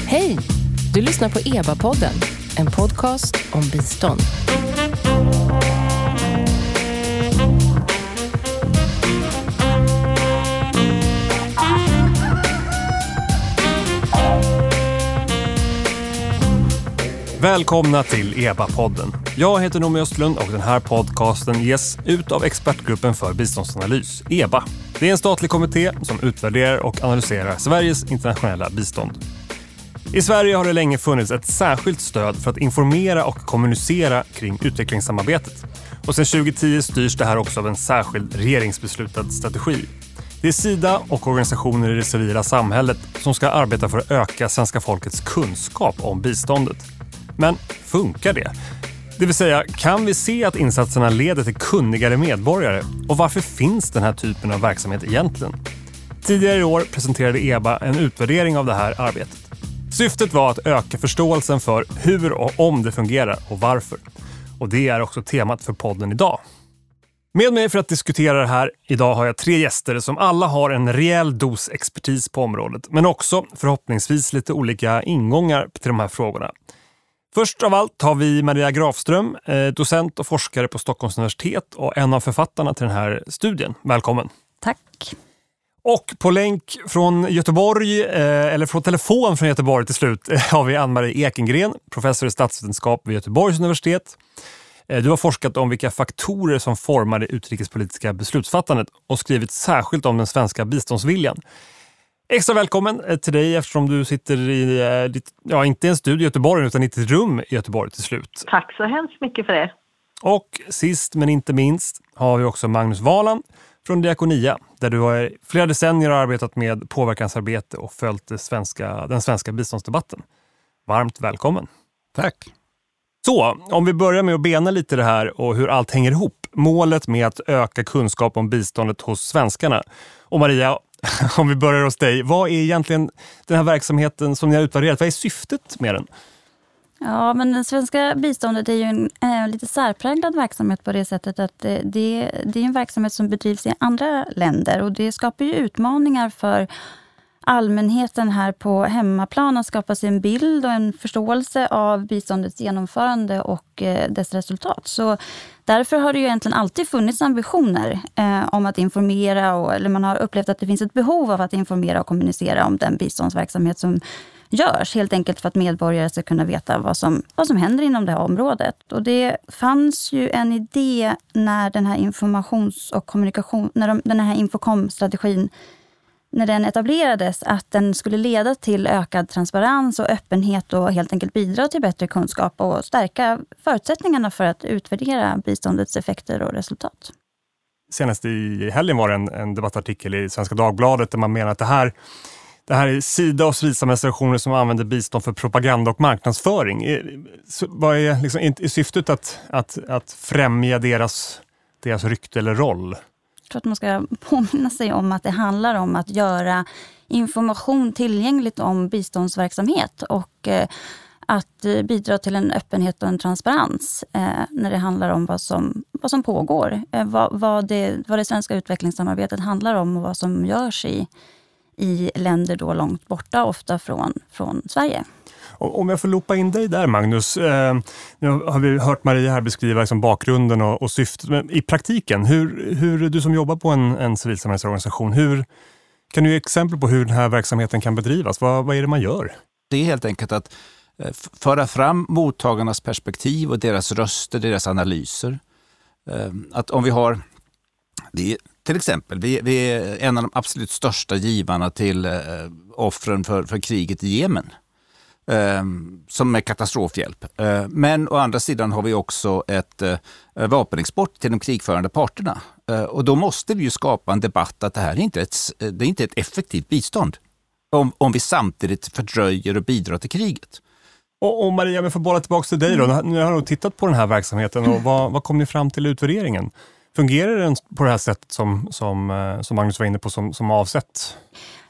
Hej! Du lyssnar på EBA-podden, en podcast om bistånd. Välkomna till EBA-podden. Jag heter Noomi Östlund och den här podcasten ges ut av expertgruppen för biståndsanalys, EBA. Det är en statlig kommitté som utvärderar och analyserar Sveriges internationella bistånd. I Sverige har det länge funnits ett särskilt stöd för att informera och kommunicera kring utvecklingssamarbetet. Och sedan 2010 styrs det här också av en särskild regeringsbeslutad strategi. Det är Sida och organisationer i det civila samhället som ska arbeta för att öka svenska folkets kunskap om biståndet. Men funkar det? Det vill säga, kan vi se att insatserna leder till kunnigare medborgare? Och varför finns den här typen av verksamhet egentligen? Tidigare i år presenterade EBA en utvärdering av det här arbetet. Syftet var att öka förståelsen för hur och om det fungerar och varför. Och det är också temat för podden idag. Med mig för att diskutera det här idag har jag 3 gäster som alla har en rejäl dos expertis på området. Men också förhoppningsvis lite olika ingångar till de här frågorna. Först av allt har vi Maria Grafström, docent och forskare på Stockholms universitet och en av författarna till den här studien. Välkommen. Tack. Och på länk från Göteborg, eller från telefon från Göteborg till slut, har vi Ann-Marie Ekengren, professor i statsvetenskap vid Göteborgs universitet. Du har forskat om vilka faktorer som formar det utrikespolitiska beslutsfattandet och skrivit särskilt om den svenska biståndsviljan. Extra välkommen till dig eftersom du sitter i ditt, inte en studio i Göteborg utan i ett rum i Göteborg till slut. Tack så hemskt mycket för det. Och sist men inte minst har vi också Magnus Wahlan från Diakonia, där du har flera decennier arbetat med påverkansarbete och följt den svenska biståndsdebatten. Varmt välkommen. Tack. Så, om vi börjar med att bena lite det här och hur allt hänger ihop. Målet med att öka kunskap om biståndet hos svenskarna. Och Maria, om vi börjar hos dig, vad är egentligen den här verksamheten som ni har utvärderat? Vad är syftet med den? Ja, men den svenska biståndet är ju en lite särpräglad verksamhet på det sättet att det är en verksamhet som bedrivs i andra länder och det skapar ju utmaningar för allmänheten här på hemmaplan att skapa sig en bild och en förståelse av biståndets genomförande och dess resultat. Så därför har det ju egentligen alltid funnits ambitioner om att informera eller man har upplevt att det finns ett behov av att informera och kommunicera om den biståndsverksamhet som görs, helt enkelt för att medborgare ska kunna veta vad som händer inom det här området. Och det fanns ju en idé när den här informations- och kommunikation, när den här Infocom-strategin, när den etablerades, att den skulle leda till ökad transparens och öppenhet och helt enkelt bidra till bättre kunskap och stärka förutsättningarna för att utvärdera biståndets effekter och resultat. Senast i helgen var det en debattartikel i Svenska Dagbladet där man menar att det här är Sida och civilsamhällsorganisationer som använder bistånd för propaganda och marknadsföring. Vad är liksom syftet att främja deras rykte eller roll? Jag tror att man ska påminna sig om att det handlar om att göra information tillgängligt om biståndsverksamhet och att bidra till en öppenhet och en transparens när det handlar om vad som pågår. Vad det svenska utvecklingssamarbetet handlar om och vad som görs i länder då långt borta, ofta från Sverige. Om jag får loopa in dig där, Magnus. Nu har vi hört Maria här beskriva liksom bakgrunden och syftet. Men i praktiken, hur du som jobbar på en civilsamhällsorganisation, kan du ge exempel på hur den här verksamheten kan bedrivas? Vad är det man gör? Det är helt enkelt att föra fram mottagarnas perspektiv och deras röster, deras analyser. Att om vi har... Till exempel, vi är en av de absolut största givarna till offren för kriget i Jemen. Som är katastrofhjälp. Men å andra sidan har vi också ett vapenexport till de krigförande parterna. Och då måste vi ju skapa en debatt att det här är inte ett effektivt bistånd. Om vi samtidigt fördröjer och bidrar till kriget. Och Maria, vi får bolla tillbaka till dig då. Nu har du tittat på den här verksamheten och vad kom ni fram till i utvärderingen? Fungerar den på det här sättet som Magnus var inne på som avsett?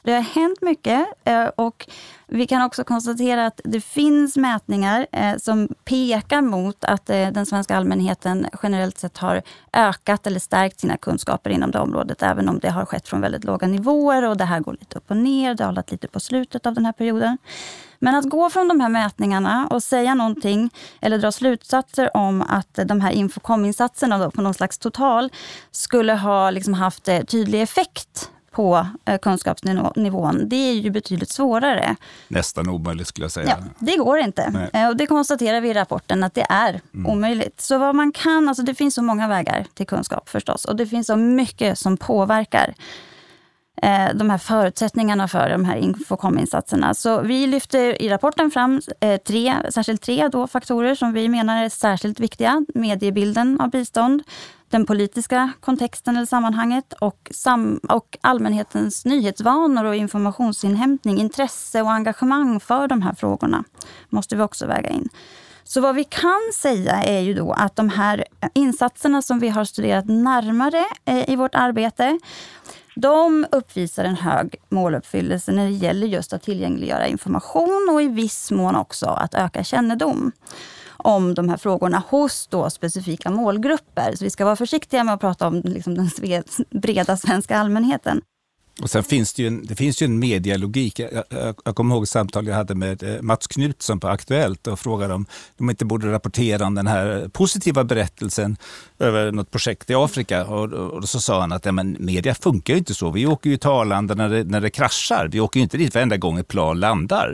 Det har hänt mycket och vi kan också konstatera att det finns mätningar som pekar mot att den svenska allmänheten generellt sett har ökat eller stärkt sina kunskaper inom det området, även om det har skett från väldigt låga nivåer och det här går lite upp och ner, det har hållit lite på slutet av den här perioden. Men att gå från de här mätningarna och säga någonting eller dra slutsatser om att de här Infocom-insatserna då på någon slags total skulle ha liksom haft tydlig effekt på kunskapsnivån, det är ju betydligt svårare. Nästan omöjligt skulle jag säga. Ja, det går inte. Och det konstaterar vi i rapporten att det är omöjligt. Så vad man kan, alltså det finns så många vägar till kunskap förstås. Och det finns så mycket som påverkar de här förutsättningarna för de här Infocom-insatserna. Så vi lyfter i rapporten fram särskilt tre då faktorer som vi menar är särskilt viktiga. Mediebilden av bistånd, den politiska kontexten eller sammanhanget och allmänhetens nyhetsvanor och informationsinhämtning, intresse och engagemang för de här frågorna måste vi också väga in. Så vad vi kan säga är ju då att de här insatserna som vi har studerat närmare i vårt arbete, de uppvisar en hög måluppfyllelse när det gäller just att tillgängliggöra information och i viss mån också att öka kännedom om de här frågorna hos då specifika målgrupper. Så vi ska vara försiktiga med att prata om liksom den breda svenska allmänheten. Och sen finns det ju en medialogik. Jag kommer ihåg samtal jag hade med Mats Knutsson på Aktuellt och frågade om de inte borde rapportera om den här positiva berättelsen över något projekt i Afrika. Och så sa han att media funkar ju inte så. Vi åker ju till Arlanda när det kraschar. Vi åker ju inte dit varenda gång ett plan landar.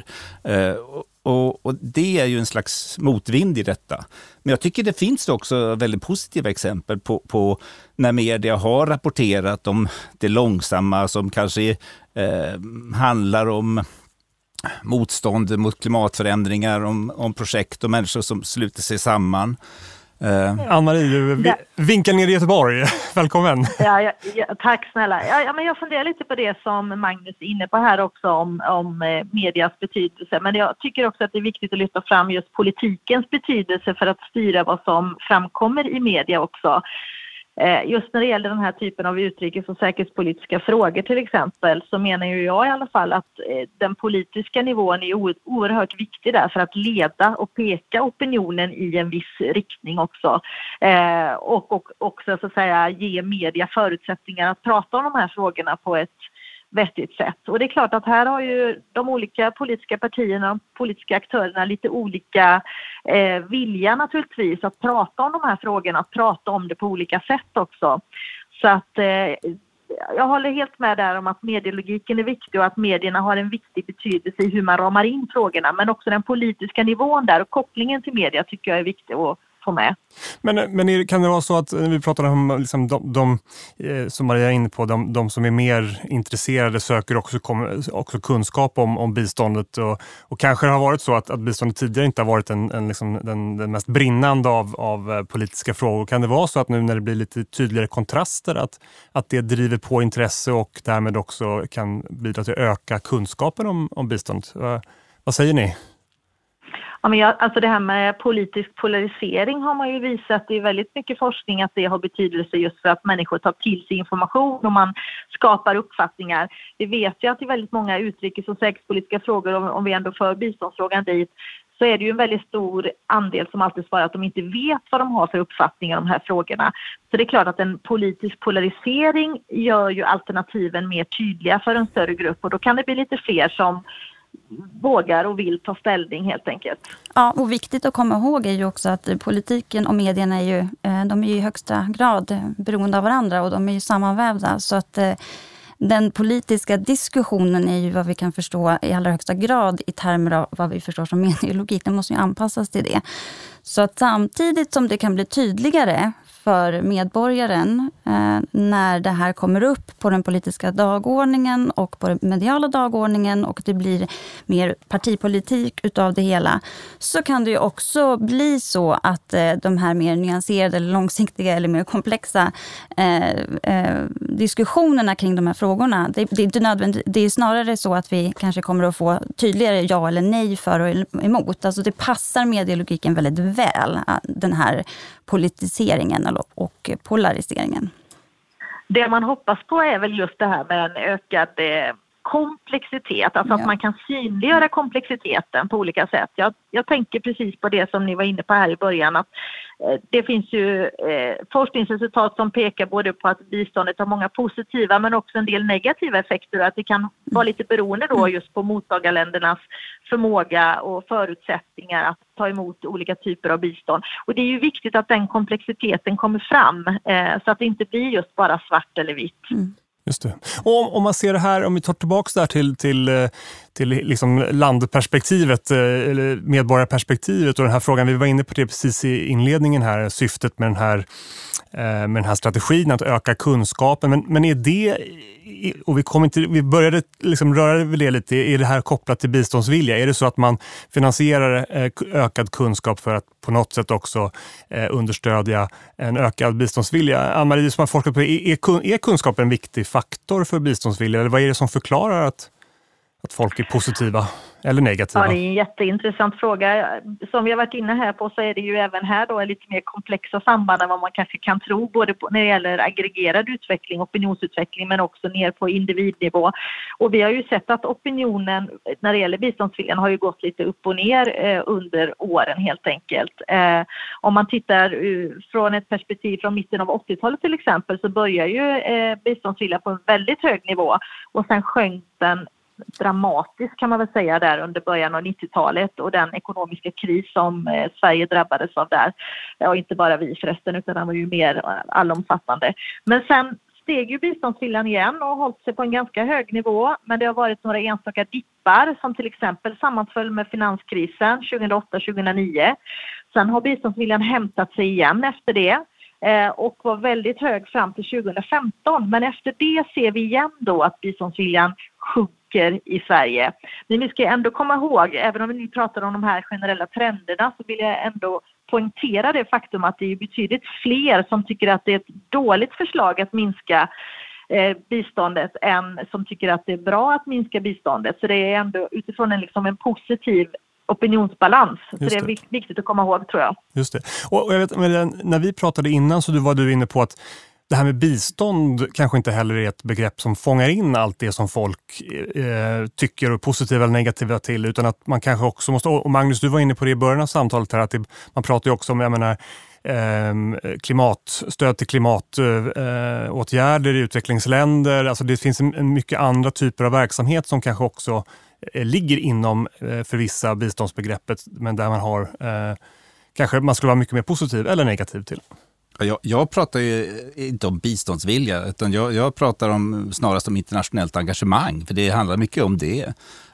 Och det är ju en slags motvind i detta. Men jag tycker det finns också väldigt positiva exempel på när media har rapporterat om det långsamma som kanske handlar om motstånd mot klimatförändringar, om projekt och människor som sluter sig samman. Ann-Marie, du vinkar ner i Göteborg. Välkommen. Ja, tack snälla. Men jag funderar lite på det som Magnus är inne på här också om medias betydelse. Men jag tycker också att det är viktigt att lyfta fram just politikens betydelse för att styra vad som framkommer i media också. Just när det gäller den här typen av utrikes- och säkerhetspolitiska frågor till exempel, så menar ju jag i alla fall att den politiska nivån är oerhört viktig där för att leda och peka opinionen i en viss riktning också. Och också så att säga ge media förutsättningar att prata om de här frågorna på ett vettigt sätt. Och det är klart att här har ju de olika politiska partierna och politiska aktörerna lite olika vilja naturligtvis att prata om de här frågorna, att prata om det på olika sätt också. Så att jag håller helt med där om att medielogiken är viktig och att medierna har en viktig betydelse i hur man ramar in frågorna. Men också den politiska nivån där och kopplingen till media tycker jag är viktig att få med. Men kan det vara så att när vi pratar om liksom de som Maria är inne på, de som är mer intresserade söker också kunskap om biståndet och kanske har varit så att biståndet tidigare inte har varit den mest brinnande av politiska frågor. Kan det vara så att nu när det blir lite tydligare kontraster att det driver på intresse och därmed också kan bidra till att öka kunskapen om biståndet? Vad säger ni? Ja, men alltså det här med politisk polarisering har man ju visat i väldigt mycket forskning att det har betydelse just för att människor tar till sig information och man skapar uppfattningar. Vi vet ju att i väldigt många utrikes- och säkerhetspolitiska frågor, om vi ändå för biståndsfrågan dit, så är det ju en väldigt stor andel som alltid svarar att de inte vet vad de har för uppfattningar om de här frågorna. Så det är klart att en politisk polarisering gör ju alternativen mer tydliga för en större grupp och då kan det bli lite fler som vågar och vill ta ställning helt enkelt. Ja, och viktigt att komma ihåg är ju också att politiken och medierna de är ju i högsta grad beroende av varandra och de är ju sammanvävda. Så att den politiska diskussionen är ju vad vi kan förstå i allra högsta grad i termer av vad vi förstår som medielogik. Den måste ju anpassas till det. Så att samtidigt som det kan bli tydligare för medborgaren när det här kommer upp på den politiska dagordningen och på den mediala dagordningen och det blir mer partipolitik utav det hela, så kan det ju också bli så att de här mer nyanserade eller långsiktiga eller mer komplexa diskussionerna kring de här frågorna, det är inte nödvändigt. Det är snarare så att vi kanske kommer att få tydligare ja eller nej för och emot. Alltså det passar medielogiken väldigt väl, den här politiseringen och polariseringen. Det man hoppas på är väl just det här med en ökad komplexitet, alltså att man kan synliggöra komplexiteten på olika sätt. Jag tänker precis på det som ni var inne på här i början, att det finns ju forskningsresultat som pekar både på att biståndet har många positiva men också en del negativa effekter, att det kan vara lite beroende då just på mottagarländernas förmåga och förutsättningar att ta emot olika typer av bistånd. Och det är ju viktigt att den komplexiteten kommer fram så att det inte blir just bara svart eller vitt. Just det. Och om man ser det här, om vi tar tillbaka där till liksom landperspektivet eller medborgarperspektivet och den här frågan, vi var inne på det precis i inledningen här, syftet med den här strategin att öka kunskapen, men är det, och vi började liksom röra det lite, är det här kopplat till biståndsvilja? Är det så att man finansierar ökad kunskap för att på något sätt också understödja en ökad biståndsvilja? Ann-Marie, som har forskat på det, är kunskap en viktig faktor för biståndsvilja, eller vad är det som förklarar att folk är positiva eller negativa? Ja, det är en jätteintressant fråga. Som vi har varit inne här på så är det ju även här då lite mer komplexa samband än vad man kanske kan tro, både när det gäller aggregerad utveckling, opinionsutveckling, men också ner på individnivå. Och vi har ju sett att opinionen när det gäller biståndsviljan har ju gått lite upp och ner under åren helt enkelt. Om man tittar från ett perspektiv från mitten av 80-talet till exempel, så börjar ju biståndsviljan på en väldigt hög nivå och sen sjönk den dramatiskt kan man väl säga där under början av 90-talet och den ekonomiska kris som Sverige drabbades av där. Ja, inte bara vi förresten, utan den var ju mer allomfattande. Men sen steg ju biståndsviljan igen och hållit sig på en ganska hög nivå, men det har varit några enstaka dippar som till exempel sammanföll med finanskrisen 2008-2009. Sen har biståndsviljan hämtat sig igen efter det och var väldigt hög fram till 2015, men efter det ser vi igen då att biståndsviljan sjunker i Sverige. Men vi ska ändå komma ihåg, även om vi nu pratar om de här generella trenderna, så vill jag ändå poängtera det faktum att det är betydligt fler som tycker att det är ett dåligt förslag att minska biståndet än som tycker att det är bra att minska biståndet. Så det är ändå utifrån en positiv opinionsbalans. Så det är viktigt att komma ihåg, tror jag. Just det. Och jag vet, när vi pratade innan så var du inne på att det här med bistånd kanske inte heller är ett begrepp som fångar in allt det som folk tycker är positiva eller negativa till, utan att man kanske också måste, och Magnus, du var inne på det i början av samtalet här, att man pratar ju också om, stöd till klimatåtgärder i utvecklingsländer. Alltså det finns en mycket andra typer av verksamhet som kanske också ligger inom för vissa biståndsbegreppet, men där man har kanske man skulle vara mycket mer positiv eller negativ till. Jag pratar ju inte om biståndsvilja, utan jag pratar snarast om internationellt engagemang, för det handlar mycket om det.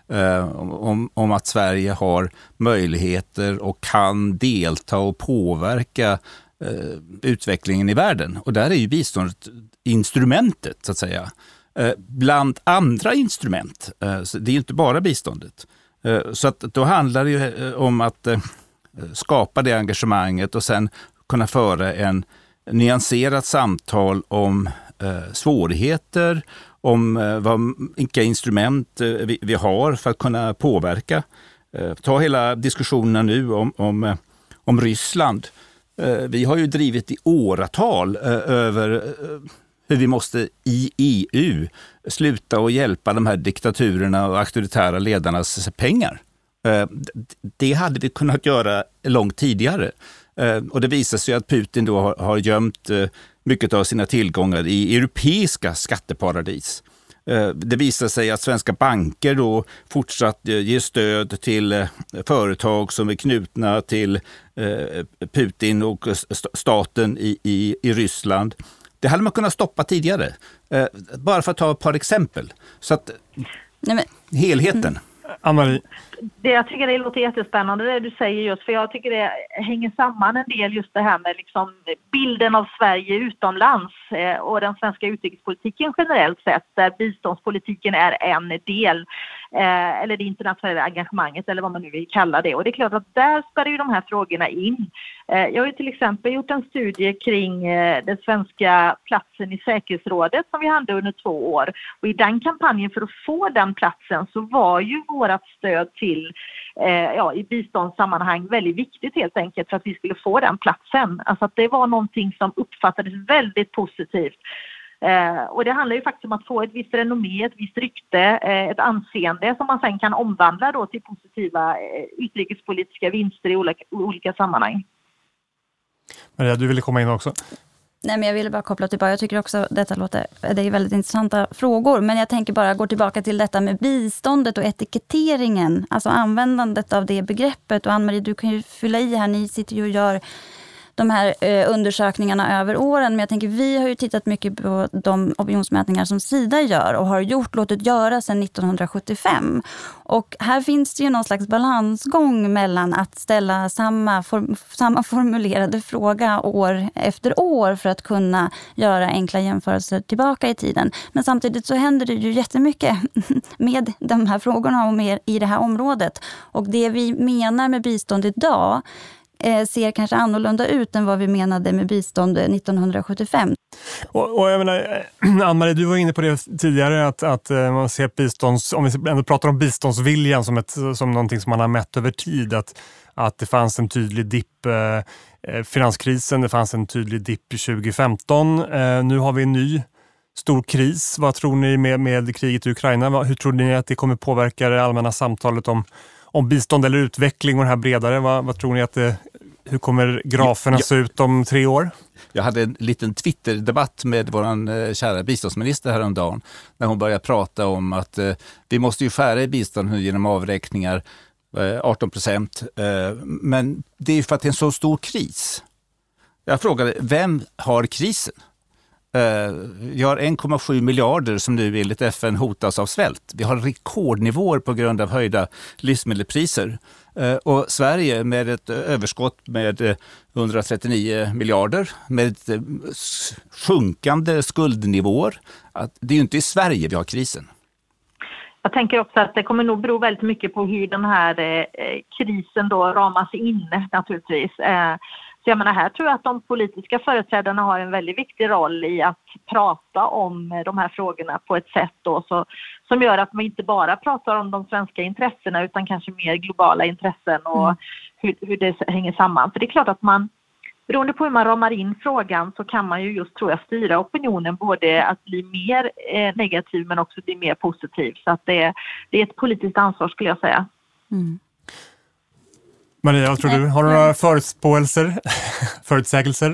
Om att Sverige har möjligheter och kan delta och påverka utvecklingen i världen. Och där är ju biståndet instrumentet, så att säga. Bland andra instrument. Så det är ju inte bara biståndet. Så att då handlar det ju om att skapa det engagemanget och sen kunna föra en nyanserat samtal om svårigheter, om vilka instrument vi har för att kunna påverka. Ta hela diskussionen nu om Ryssland. Vi har ju drivit i åratal över hur vi måste i EU sluta och hjälpa de här diktaturerna och auktoritära ledarnas pengar. Det hade vi kunnat göra långt tidigare. Och det visar sig att Putin då har gömt mycket av sina tillgångar i europeiska skatteparadis. Det visar sig att svenska banker då fortsatt ger stöd till företag som är knutna till Putin och staten i Ryssland. Det hade man kunnat stoppa tidigare. Bara för att ta ett par exempel. Så att helheten. Ann-Marie. Jag tycker det låter jättespännande det du säger just, för jag tycker det hänger samman en del just det här med bilden av Sverige utomlands och den svenska utrikespolitiken generellt sett, där biståndspolitiken är en del, eller det internationella engagemanget eller vad man nu vill kalla det. Och det är klart att där spelar ju de här frågorna in. Jag har ju till exempel gjort en studie kring den svenska platsen i säkerhetsrådet som vi hade under 2 år. Och i den kampanjen för att få den platsen så var ju vårat stöd till i biståndssammanhang väldigt viktigt helt enkelt för att vi skulle få den platsen. Alltså att det var någonting som uppfattades väldigt positivt. Och det handlar ju faktiskt om att få ett visst renommé, ett visst rykte, ett anseende som man sen kan omvandla då till positiva utrikespolitiska vinster i olika sammanhang. Maria, du ville komma in också. Nej, men jag ville bara koppla tillbaka. Jag tycker också det är väldigt intressanta frågor. Men jag tänker bara gå tillbaka till detta med biståndet och etiketteringen. Alltså användandet av det begreppet. Och Ann-Marie, du kan ju fylla i här. Ni sitter ju och gör de här undersökningarna över åren. Men jag tänker, vi har ju tittat mycket på de opinionsmätningar som Sida gör och har låtit göra sedan 1975. Och här finns det ju någon slags balansgång mellan att ställa samma formulerade fråga år efter år för att kunna göra enkla jämförelser tillbaka i tiden. Men samtidigt så händer det ju jättemycket med de här frågorna och mer i det här området. Och det vi menar med bistånd idag ser kanske annorlunda ut än vad vi menade med bistånd 1975. Och jag menar, Ann-Marie, du var inne på det tidigare att man ser om vi ändå pratar om biståndsviljan som någonting som man har mätt över tid, att det fanns en tydlig dipp, finanskrisen, det fanns en tydlig dipp 2015. Nu har vi en ny stor kris. Vad tror ni med kriget i Ukraina? Hur tror ni att det kommer påverka det allmänna samtalet om bistånd eller utveckling och det här bredare? Vad tror ni hur kommer graferna se ut om 3 år? Jag hade en liten Twitter-debatt med vår kära biståndsminister häromdagen när hon började prata om att vi måste ju skära i bistånd nu genom avräkningar 18%. Men det är ju för att det är en så stor kris. Jag frågade, vem har krisen? Vi har 1,7 miljarder som nu enligt FN hotas av svält. Vi har rekordnivåer på grund av höjda livsmedelspriser. Och Sverige med ett överskott med 139 miljarder med sjunkande skuldnivåer. Det är ju inte i Sverige vi har krisen. Jag tänker också att det kommer nog bero väldigt mycket på hur den här krisen då ramas in naturligtvis. Så jag menar, här tror jag att de politiska företrädarna har en väldigt viktig roll i att prata om de här frågorna på ett sätt då, som gör att man inte bara pratar om de svenska intressena utan kanske mer globala intressen och hur det hänger samman. För det är klart att beroende på hur man ramar in frågan så kan man ju just, tror jag, styra opinionen både att bli mer negativ men också bli mer positiv. Så att det är ett politiskt ansvar, skulle jag säga. Mm. Maria, vad tror du? Har du några förutsägelser?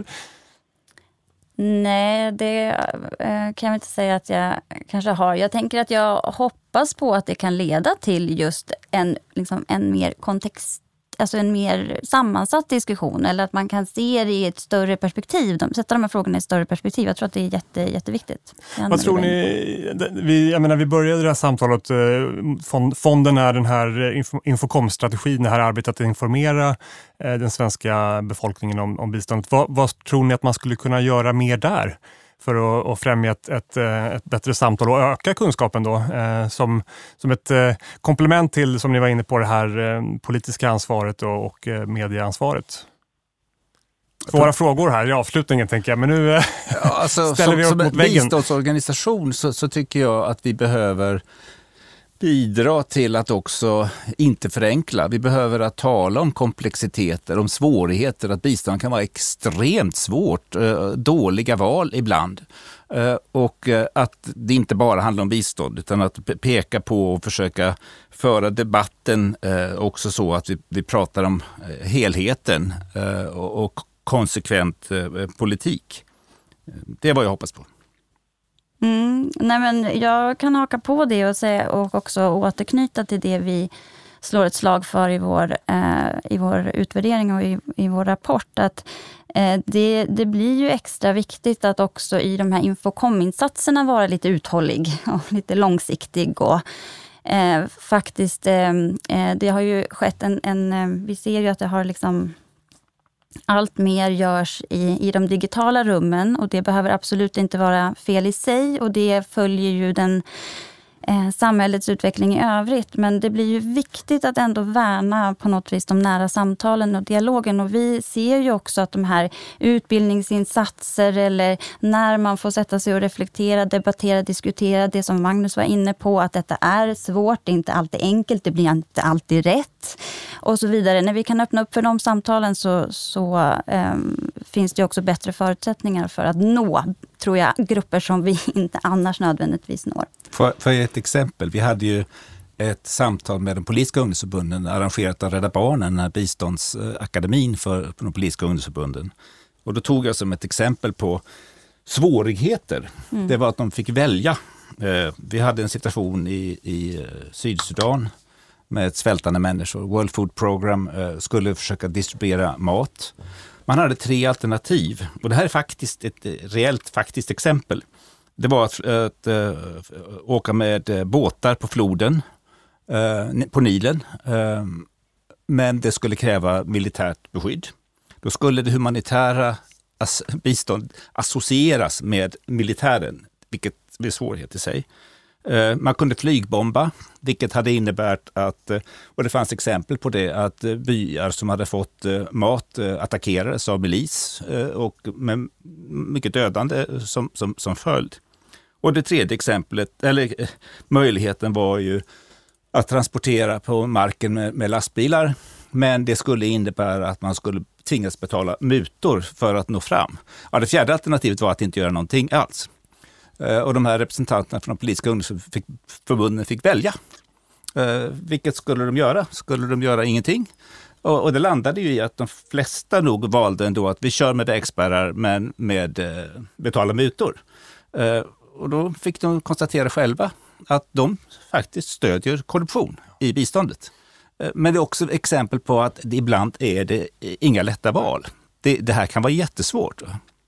Nej, det kan jag inte säga att jag kanske har. Jag tänker att jag hoppas på att det kan leda till just en mer alltså en mer sammansatt diskussion, eller att man kan se det i ett större perspektiv. Sätta de här frågorna i ett större perspektiv. Jag tror att det är jätteviktigt. Vad tror ni? Vi började det här samtalet. Fonden är den här Infocom-strategin, det här arbetet att informera den svenska befolkningen om biståndet. Vad tror ni att man skulle kunna göra mer där för att främja ett bättre samtal och öka kunskapen då, som ett komplement till, som ni var inne på, det här politiska ansvaret och medieansvaret? Svåra frågor här i avslutningen, tänker jag, men nu ställer vi upp mot väggen. Som biståndsorganisation så tycker jag att vi behöver bidra till att också inte förenkla. Vi behöver att tala om komplexiteter, om svårigheter, att bistånd kan vara extremt svårt, dåliga val ibland. Och att det inte bara handlar om bistånd utan att peka på och försöka föra debatten också så att vi pratar om helheten och konsekvent politik. Det är vad jag hoppas på. Nej, men jag kan haka på det och säga, och också återknyta till det vi slår ett slag för i vår utvärdering och i vår rapport, att det blir ju extra viktigt att också i de här Infocom-insatserna vara lite uthållig och lite långsiktig. Och faktiskt, det har ju skett vi ser ju att det har liksom allt mer görs i de digitala rummen, och det behöver absolut inte vara fel i sig, och det följer ju samhällets utveckling i övrigt. Men det blir ju viktigt att ändå värna på något vis de nära samtalen och dialogen. Och vi ser ju också att de här utbildningsinsatser, eller när man får sätta sig och reflektera, debattera, diskutera, det som Magnus var inne på, att detta är svårt, det är inte alltid enkelt, det blir inte alltid rätt och så vidare. När vi kan öppna upp för de samtalen så finns det också bättre förutsättningar för att nå tror jag, grupper som vi inte annars nödvändigtvis når. För ett exempel, vi hade ju ett samtal med de politiska ungdomsförbunden arrangerat av Rädda Barnen, den här biståndsakademin för de politiska ungdomsförbunden. Och då tog jag som ett exempel på svårigheter. Det var att de fick välja. Vi hade en situation i Sydsudan med svältande människor. World Food Program skulle försöka distribuera mat. Man hade 3 alternativ och det här är faktiskt ett reellt faktiskt exempel. Det var att åka med båtar på floden, på Nilen, men det skulle kräva militärt beskydd. Då skulle det humanitära bistånd associeras med militären, vilket blir svårighet i sig. Man kunde flygbomba, vilket hade inneburit att, och det fanns exempel på det, att byar som hade fått mat attackerades av milis och med mycket dödande som följd. Och det tredje exemplet, eller möjligheten var ju att transportera på marken med lastbilar, men det skulle innebära att man skulle tvingas betala mutor för att nå fram. Ja, det fjärde alternativet var att inte göra någonting alls. Och de här representanterna från de politiska ungdomsförbunden fick välja. Vilket skulle de göra? Skulle de göra ingenting? Och det landade ju i att de flesta nog valde ändå att vi kör med vägspärrar men med betala mutor. Och då fick de konstatera själva att de faktiskt stödjer korruption i biståndet. Men det är också exempel på att ibland är det inga lätta val. Det här kan vara jättesvårt.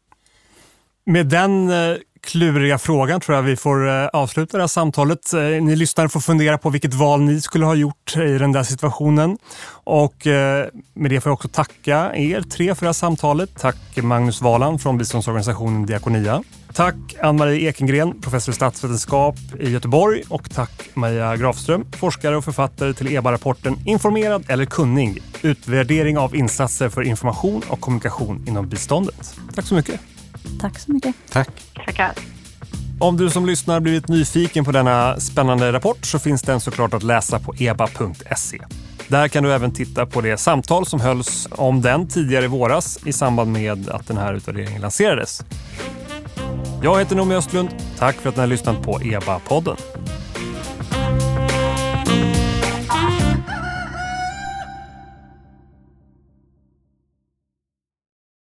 Med den kluriga frågan tror jag vi får avsluta det här samtalet. Ni lyssnare får fundera på vilket val ni skulle ha gjort i den där situationen. Och med det får jag också tacka er 3 för det här samtalet. Tack Magnus Wahland från biståndsorganisationen Diakonia. Tack Ann-Marie Ekengren, professor i statsvetenskap i Göteborg. Och tack Maria Grafström, forskare och författare till EBA-rapporten Informerad eller kunnig? Utvärdering av insatser för information och kommunikation inom biståndet. Tack så mycket. Tack så mycket. Tack. Tackar. Om du som lyssnar blivit nyfiken på denna spännande rapport så finns den såklart att läsa på eba.se. Där kan du även titta på det samtal som hölls om den tidigare i våras i samband med att den här utvärderingen lanserades. Jag heter Noomi Östlund. Tack för att ni har lyssnat på EBA-podden.